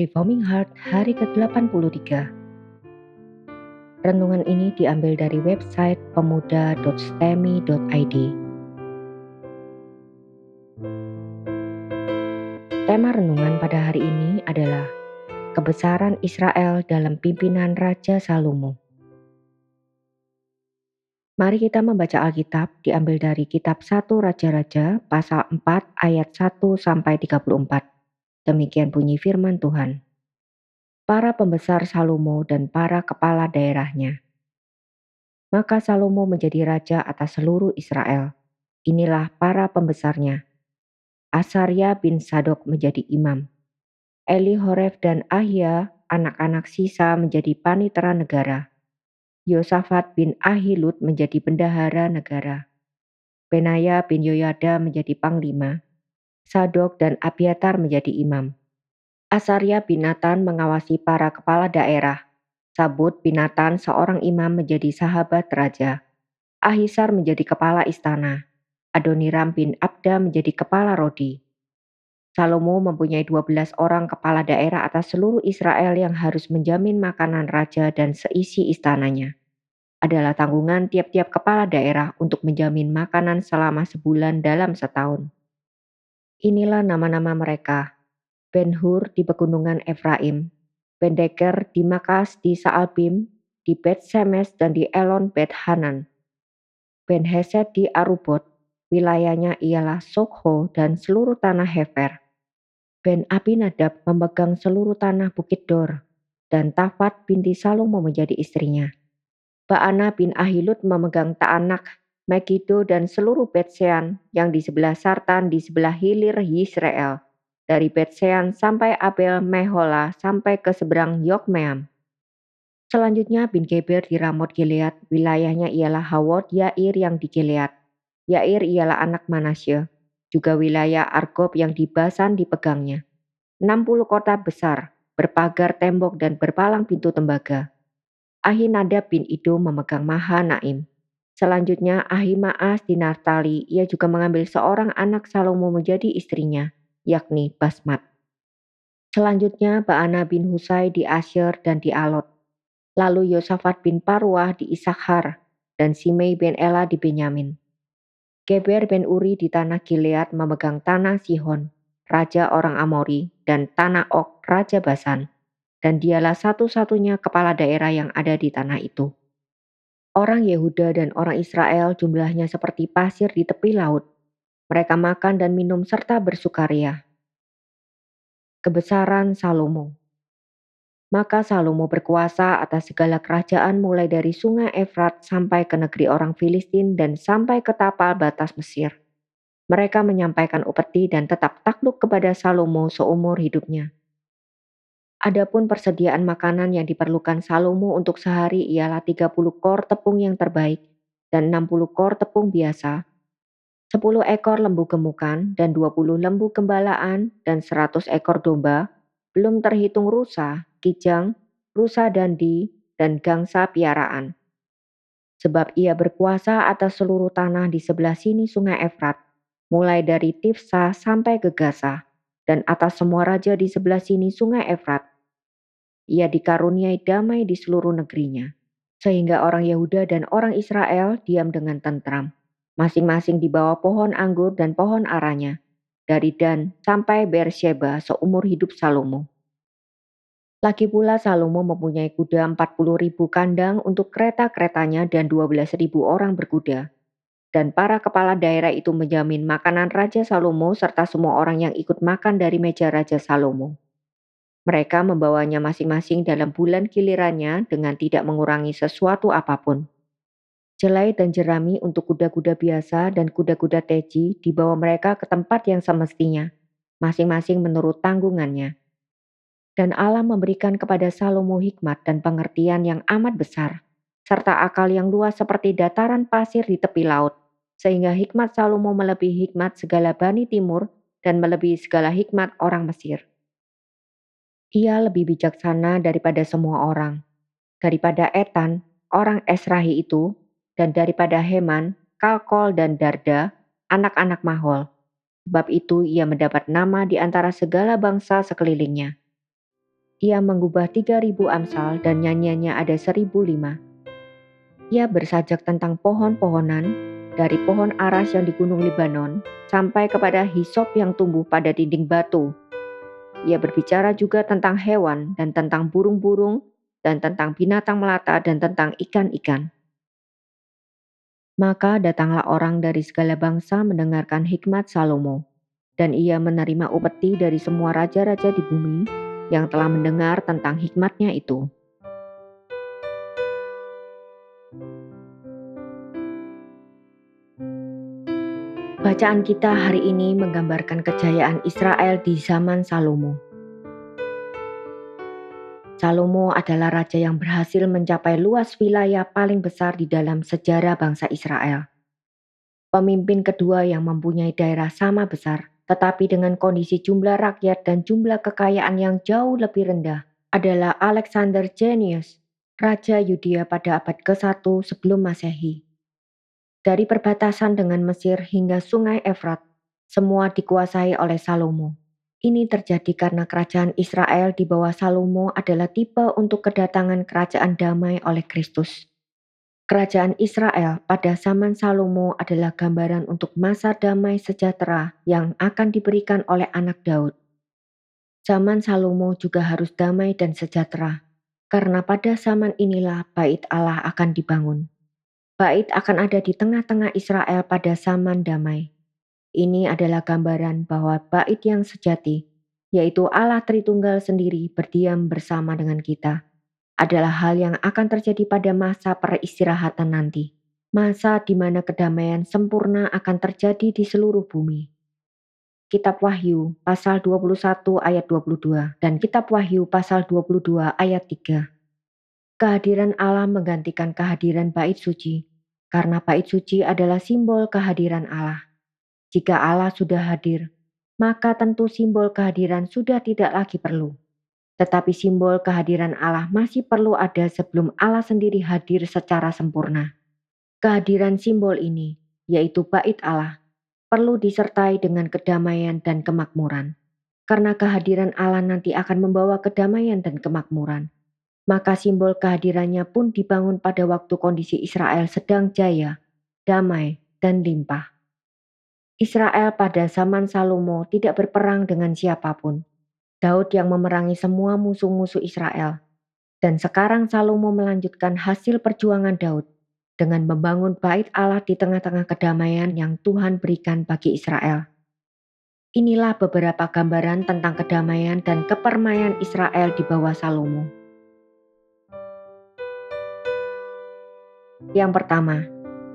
Reforming Heart hari ke-83. Renungan ini diambil dari website pemuda.stemi.id. Tema renungan pada hari ini adalah kebesaran Israel dalam pimpinan Raja Salomo. Mari kita membaca Alkitab diambil dari kitab 1 Raja-Raja pasal 4 ayat 1 sampai 34. Demikian bunyi firman Tuhan. Para pembesar Salomo dan para kepala daerahnya. Maka Salomo menjadi raja atas seluruh Israel. Inilah para pembesarnya. Asarya bin Sadok menjadi imam. Elihoref dan Ahia, anak-anak sisa menjadi panitera negara. Yosafat bin Ahilud menjadi bendahara negara. Benaya bin Yoyada menjadi panglima. Sadok dan Abiatar menjadi imam. Asarya bin Natan mengawasi para kepala daerah. Sabut bin Natan seorang imam menjadi sahabat raja. Ahisar menjadi kepala istana. Adoniram bin Abda menjadi kepala rodi. Salomo mempunyai 12 orang kepala daerah atas seluruh Israel yang harus menjamin makanan raja dan seisi istananya. Adalah tanggungan tiap-tiap kepala daerah untuk menjamin makanan selama sebulan dalam setahun. Inilah nama-nama mereka. Ben-Hur di pegunungan Efraim, Ben-Deker di Makas di Saalbim, di Bet-Semes dan di Elon Bet-Hanan. Ben-Hesed di Arubot, wilayahnya ialah Sokho dan seluruh tanah Hefer. Ben-Abinadab memegang seluruh tanah Bukit Dor, dan Tafat binti Salomo menjadi istrinya. Baana bin Ahilud memegang Taanak, Megiddo dan seluruh Bet-Sean yang di sebelah Sartan di sebelah hilir Yisrael, dari Bet-Sean sampai Abel Mehola sampai ke seberang Yokmeam. Selanjutnya bin Geber di Ramot Gilead, wilayahnya ialah Hawot Yair yang di Gilead. Yair ialah anak Manasye. Juga wilayah Argob yang di Basan dipegangnya. 60 kota besar, berpagar tembok dan berpalang pintu tembaga. Ahinadab bin Ido memegang Mahanaim. Selanjutnya Ahimaas di Naftali, ia juga mengambil seorang anak Salomo menjadi istrinya, yakni Basmat. Selanjutnya Baana bin Husai di Asyer dan di Alot. Lalu Yosafat bin Parwah di Isakhar, dan Simei bin Ela di Benyamin. Geber bin Uri di tanah Gilead memegang tanah Sihon, raja orang Amori, dan tanah Ok, raja Basan. Dan dialah satu-satunya kepala daerah yang ada di tanah itu. Orang Yehuda dan orang Israel jumlahnya seperti pasir di tepi laut. Mereka makan dan minum serta bersukaria. Kebesaran Salomo. Maka Salomo berkuasa atas segala kerajaan mulai dari sungai Efrat sampai ke negeri orang Filistin dan sampai ke tapal batas Mesir. Mereka menyampaikan upeti dan tetap takluk kepada Salomo seumur hidupnya. Adapun persediaan makanan yang diperlukan Salomo untuk sehari ialah 30 kor tepung yang terbaik dan 60 kor tepung biasa, 10 ekor lembu gemukan dan 20 lembu gembalaan dan 100 ekor domba, belum terhitung rusa, kijang, rusa dandi, dan gangsa piaraan. Sebab ia berkuasa atas seluruh tanah di sebelah sini sungai Efrat, mulai dari Tifsa sampai ke Gaza, dan atas semua raja di sebelah sini sungai Efrat. Ia dikaruniai damai di seluruh negerinya, sehingga orang Yehuda dan orang Israel diam dengan tentram, masing-masing di bawah pohon anggur dan pohon aranya, dari Dan sampai Beersheba seumur hidup Salomo. Lagi pula Salomo mempunyai kuda 40.000 kandang untuk kereta-keretanya dan 12.000 orang berkuda. Dan para kepala daerah itu menjamin makanan Raja Salomo serta semua orang yang ikut makan dari meja Raja Salomo. Mereka membawanya masing-masing dalam bulan gilirannya dengan tidak mengurangi sesuatu apapun. Jelai dan jerami untuk kuda-kuda biasa dan kuda-kuda teji dibawa mereka ke tempat yang semestinya, masing-masing menurut tanggungannya. Dan Allah memberikan kepada Salomo hikmat dan pengertian yang amat besar, serta akal yang luas seperti dataran pasir di tepi laut, sehingga hikmat Salomo melebihi hikmat segala Bani Timur dan melebihi segala hikmat orang Mesir. Ia lebih bijaksana daripada semua orang, daripada Etan, orang Esrahi itu, dan daripada Heman, Kalkol dan Darda, anak-anak Mahol. Sebab itu ia mendapat nama di antara segala bangsa sekelilingnya. Ia mengubah 3.000 Amsal dan nyanyiannya ada 1.005. Ia bersajak tentang pohon-pohonan, dari pohon aras yang di Gunung Libanon sampai kepada hisop yang tumbuh pada dinding batu. Ia berbicara juga tentang hewan dan tentang burung-burung dan tentang binatang melata dan tentang ikan-ikan. Maka datanglah orang dari segala bangsa mendengarkan hikmat Salomo, dan ia menerima upeti dari semua raja-raja di bumi yang telah mendengar tentang hikmatnya itu. Bacaan kita hari ini menggambarkan kejayaan Israel di zaman Salomo. Salomo adalah raja yang berhasil mencapai luas wilayah paling besar di dalam sejarah bangsa Israel. Pemimpin kedua yang mempunyai daerah sama besar, tetapi dengan kondisi jumlah rakyat dan jumlah kekayaan yang jauh lebih rendah, adalah Alexander Jenius, Raja Yudea pada abad ke-1 sebelum Masehi. Dari perbatasan dengan Mesir hingga Sungai Efrat, semua dikuasai oleh Salomo. Ini terjadi karena kerajaan Israel di bawah Salomo adalah tipe untuk kedatangan kerajaan damai oleh Kristus. Kerajaan Israel pada zaman Salomo adalah gambaran untuk masa damai sejahtera yang akan diberikan oleh anak Daud. Zaman Salomo juga harus damai dan sejahtera, karena pada zaman inilah bait Allah akan dibangun. Bait akan ada di tengah-tengah Israel pada zaman damai. Ini adalah gambaran bahwa bait yang sejati, yaitu Allah Tritunggal sendiri berdiam bersama dengan kita, adalah hal yang akan terjadi pada masa peristirahatan nanti. Masa di mana kedamaian sempurna akan terjadi di seluruh bumi. Kitab Wahyu pasal 21 ayat 22 dan Kitab Wahyu pasal 22 ayat 3. Kehadiran Allah menggantikan kehadiran bait suci, karena bait suci adalah simbol kehadiran Allah. Jika Allah sudah hadir, maka tentu simbol kehadiran sudah tidak lagi perlu. Tetapi simbol kehadiran Allah masih perlu ada sebelum Allah sendiri hadir secara sempurna. Kehadiran simbol ini, yaitu bait Allah, perlu disertai dengan kedamaian dan kemakmuran. Karena kehadiran Allah nanti akan membawa kedamaian dan kemakmuran, maka simbol kehadirannya pun dibangun pada waktu kondisi Israel sedang jaya, damai, dan limpah. Israel pada zaman Salomo tidak berperang dengan siapapun. Daud yang memerangi semua musuh-musuh Israel. Dan sekarang Salomo melanjutkan hasil perjuangan Daud dengan membangun bait Allah di tengah-tengah kedamaian yang Tuhan berikan bagi Israel. Inilah beberapa gambaran tentang kedamaian dan kepermaian Israel di bawah Salomo. Yang pertama,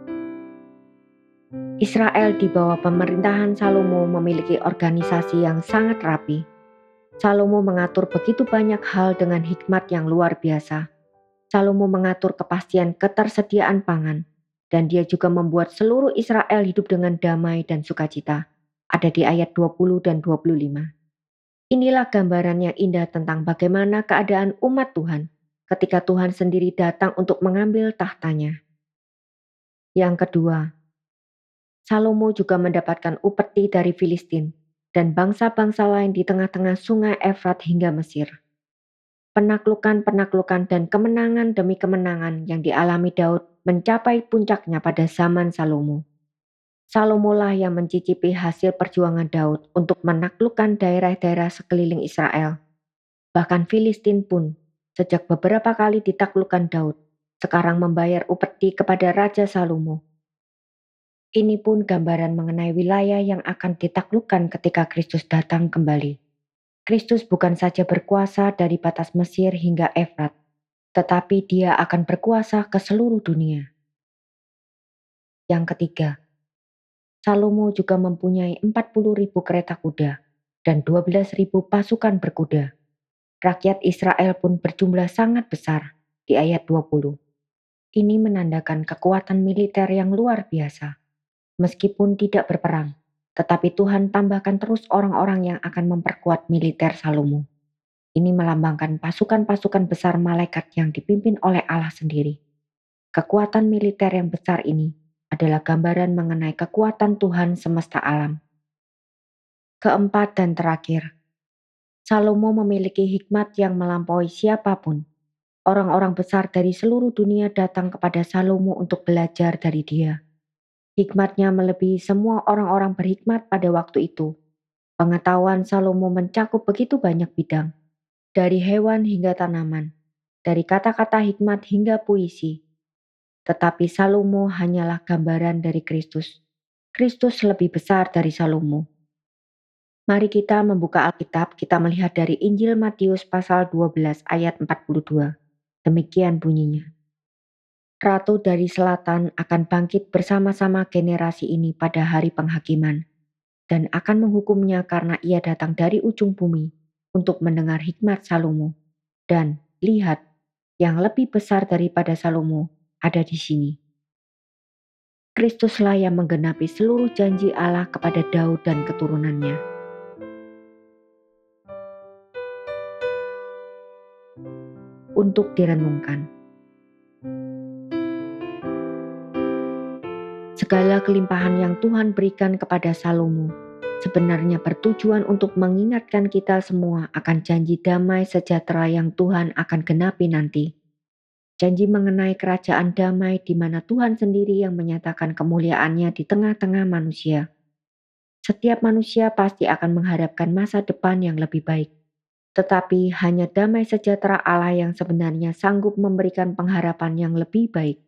Israel di bawah pemerintahan Salomo memiliki organisasi yang sangat rapi. Salomo mengatur begitu banyak hal dengan hikmat yang luar biasa. Salomo mengatur kepastian ketersediaan pangan, dan dia juga membuat seluruh Israel hidup dengan damai dan sukacita. Ada di ayat 20 dan 25. Inilah gambaran yang indah tentang bagaimana keadaan umat Tuhan ketika Tuhan sendiri datang untuk mengambil tahtanya. Yang kedua, Salomo juga mendapatkan upeti dari Filistin dan bangsa-bangsa lain di tengah-tengah sungai Efrat hingga Mesir. Penaklukan-penaklukan dan kemenangan demi kemenangan yang dialami Daud mencapai puncaknya pada zaman Salomo. Salomo lah yang mencicipi hasil perjuangan Daud untuk menaklukkan daerah-daerah sekeliling Israel. Bahkan Filistin pun, sejak beberapa kali ditaklukkan Daud, sekarang membayar upeti kepada Raja Salomo. Ini pun gambaran mengenai wilayah yang akan ditaklukkan ketika Kristus datang kembali. Kristus bukan saja berkuasa dari batas Mesir hingga Efrat, tetapi dia akan berkuasa ke seluruh dunia. Yang ketiga, Salomo juga mempunyai 40.000 kereta kuda dan 12.000 pasukan berkuda. Rakyat Israel pun berjumlah sangat besar di ayat 20. Ini menandakan kekuatan militer yang luar biasa. Meskipun tidak berperang, tetapi Tuhan tambahkan terus orang-orang yang akan memperkuat militer Salomo. Ini melambangkan pasukan-pasukan besar malaikat yang dipimpin oleh Allah sendiri. Kekuatan militer yang besar ini adalah gambaran mengenai kekuatan Tuhan semesta alam. Keempat dan terakhir, Salomo memiliki hikmat yang melampaui siapapun. Orang-orang besar dari seluruh dunia datang kepada Salomo untuk belajar dari dia. Hikmatnya melebihi semua orang-orang berhikmat pada waktu itu. Pengetahuan Salomo mencakup begitu banyak bidang, dari hewan hingga tanaman, dari kata-kata hikmat hingga puisi. Tetapi Salomo hanyalah gambaran dari Kristus. Kristus lebih besar dari Salomo. Mari kita membuka Alkitab, kita melihat dari Injil Matius pasal 12 ayat 42. Demikian bunyinya. Ratu dari selatan akan bangkit bersama-sama generasi ini pada hari penghakiman, dan akan menghukumnya karena ia datang dari ujung bumi untuk mendengar hikmat Salomo. Dan lihat, yang lebih besar daripada Salomo ada di sini. Kristuslah yang menggenapi seluruh janji Allah kepada Daud dan keturunannya. Untuk direnungkan. Segala kelimpahan yang Tuhan berikan kepada Salomo sebenarnya bertujuan untuk mengingatkan kita semua akan janji damai sejahtera yang Tuhan akan genapi nanti. Janji mengenai kerajaan damai di mana Tuhan sendiri yang menyatakan kemuliaannya di tengah-tengah manusia. Setiap manusia pasti akan mengharapkan masa depan yang lebih baik. Tetapi hanya damai sejahtera Allah yang sebenarnya sanggup memberikan pengharapan yang lebih baik.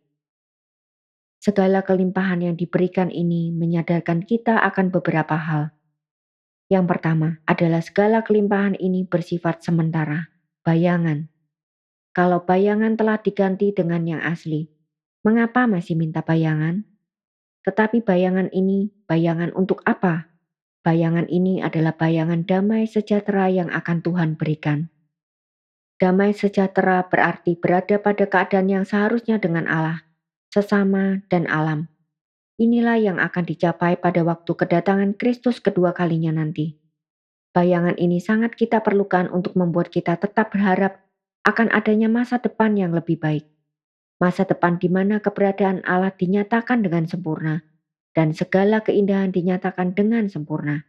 Segala kelimpahan yang diberikan ini menyadarkan kita akan beberapa hal. Yang pertama adalah segala kelimpahan ini bersifat sementara, bayangan. Kalau bayangan telah diganti dengan yang asli, mengapa masih minta bayangan? Tetapi bayangan ini, bayangan untuk apa? Bayangan ini adalah bayangan damai sejahtera yang akan Tuhan berikan. Damai sejahtera berarti berada pada keadaan yang seharusnya dengan Allah, sesama, dan alam. Inilah yang akan dicapai pada waktu kedatangan Kristus kedua kalinya nanti. Bayangan ini sangat kita perlukan untuk membuat kita tetap berharap akan adanya masa depan yang lebih baik. Masa depan di mana keberadaan Allah dinyatakan dengan sempurna dan segala keindahan dinyatakan dengan sempurna.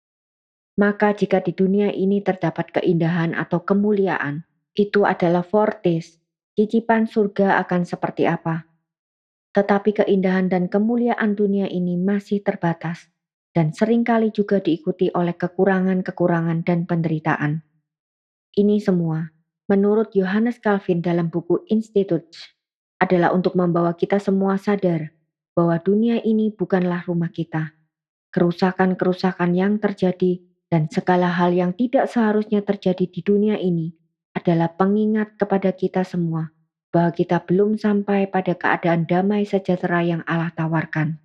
Maka jika di dunia ini terdapat keindahan atau kemuliaan, itu adalah foretaste, cicipan surga akan seperti apa. Tetapi keindahan dan kemuliaan dunia ini masih terbatas dan seringkali juga diikuti oleh kekurangan-kekurangan dan penderitaan. Ini semua, menurut Johannes Calvin dalam buku Institutes, adalah untuk membawa kita semua sadar bahwa dunia ini bukanlah rumah kita. Kerusakan-kerusakan yang terjadi dan segala hal yang tidak seharusnya terjadi di dunia ini adalah pengingat kepada kita semua bahwa kita belum sampai pada keadaan damai sejahtera yang Allah tawarkan.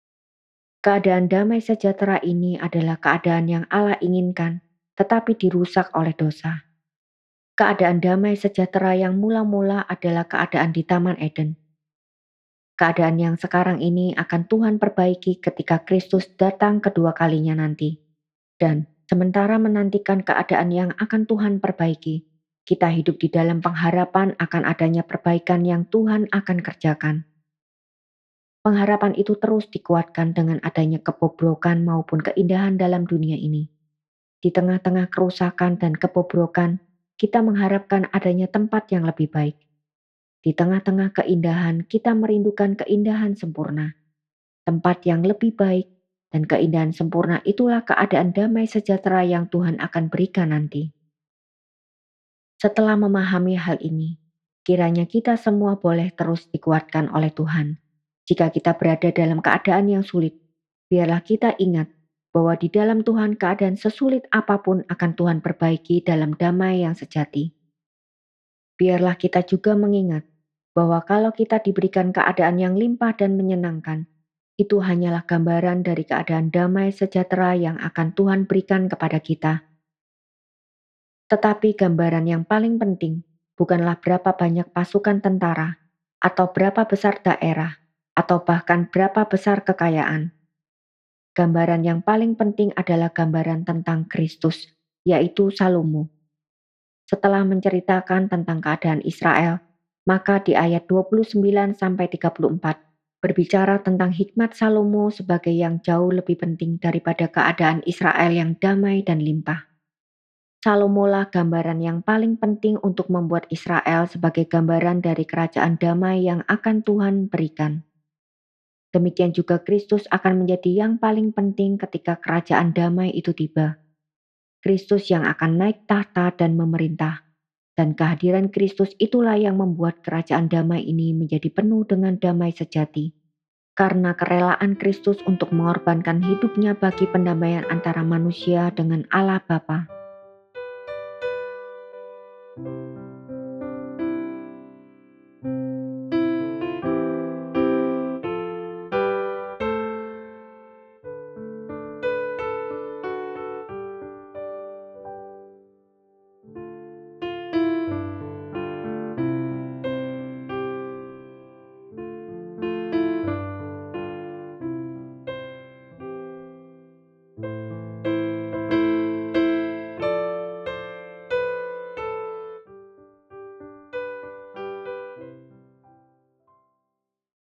Keadaan damai sejahtera ini adalah keadaan yang Allah inginkan, tetapi dirusak oleh dosa. Keadaan damai sejahtera yang mula-mula adalah keadaan di Taman Eden. Keadaan yang sekarang ini akan Tuhan perbaiki ketika Kristus datang kedua kalinya nanti. Dan sementara menantikan keadaan yang akan Tuhan perbaiki, kita hidup di dalam pengharapan akan adanya perbaikan yang Tuhan akan kerjakan. Pengharapan itu terus dikuatkan dengan adanya kebobrokan maupun keindahan dalam dunia ini. Di tengah-tengah kerusakan dan kebobrokan, kita mengharapkan adanya tempat yang lebih baik. Di tengah-tengah keindahan, kita merindukan keindahan sempurna. Tempat yang lebih baik dan keindahan sempurna itulah keadaan damai sejahtera yang Tuhan akan berikan nanti. Setelah memahami hal ini, kiranya kita semua boleh terus dikuatkan oleh Tuhan. Jika kita berada dalam keadaan yang sulit, biarlah kita ingat bahwa di dalam Tuhan keadaan sesulit apapun akan Tuhan perbaiki dalam damai yang sejati. Biarlah kita juga mengingat bahwa kalau kita diberikan keadaan yang limpah dan menyenangkan, itu hanyalah gambaran dari keadaan damai sejahtera yang akan Tuhan berikan kepada kita. Tetapi gambaran yang paling penting bukanlah berapa banyak pasukan tentara, atau berapa besar daerah, atau bahkan berapa besar kekayaan. Gambaran yang paling penting adalah gambaran tentang Kristus, yaitu Salomo. Setelah menceritakan tentang keadaan Israel, maka di ayat 29-34 berbicara tentang hikmat Salomo sebagai yang jauh lebih penting daripada keadaan Israel yang damai dan limpah. Salomolah gambaran yang paling penting untuk membuat Israel sebagai gambaran dari kerajaan damai yang akan Tuhan berikan. Demikian juga Kristus akan menjadi yang paling penting ketika kerajaan damai itu tiba. Kristus yang akan naik tahta dan memerintah. Dan kehadiran Kristus itulah yang membuat kerajaan damai ini menjadi penuh dengan damai sejati. Karena kerelaan Kristus untuk mengorbankan hidupnya bagi pendamaian antara manusia dengan Allah Bapa.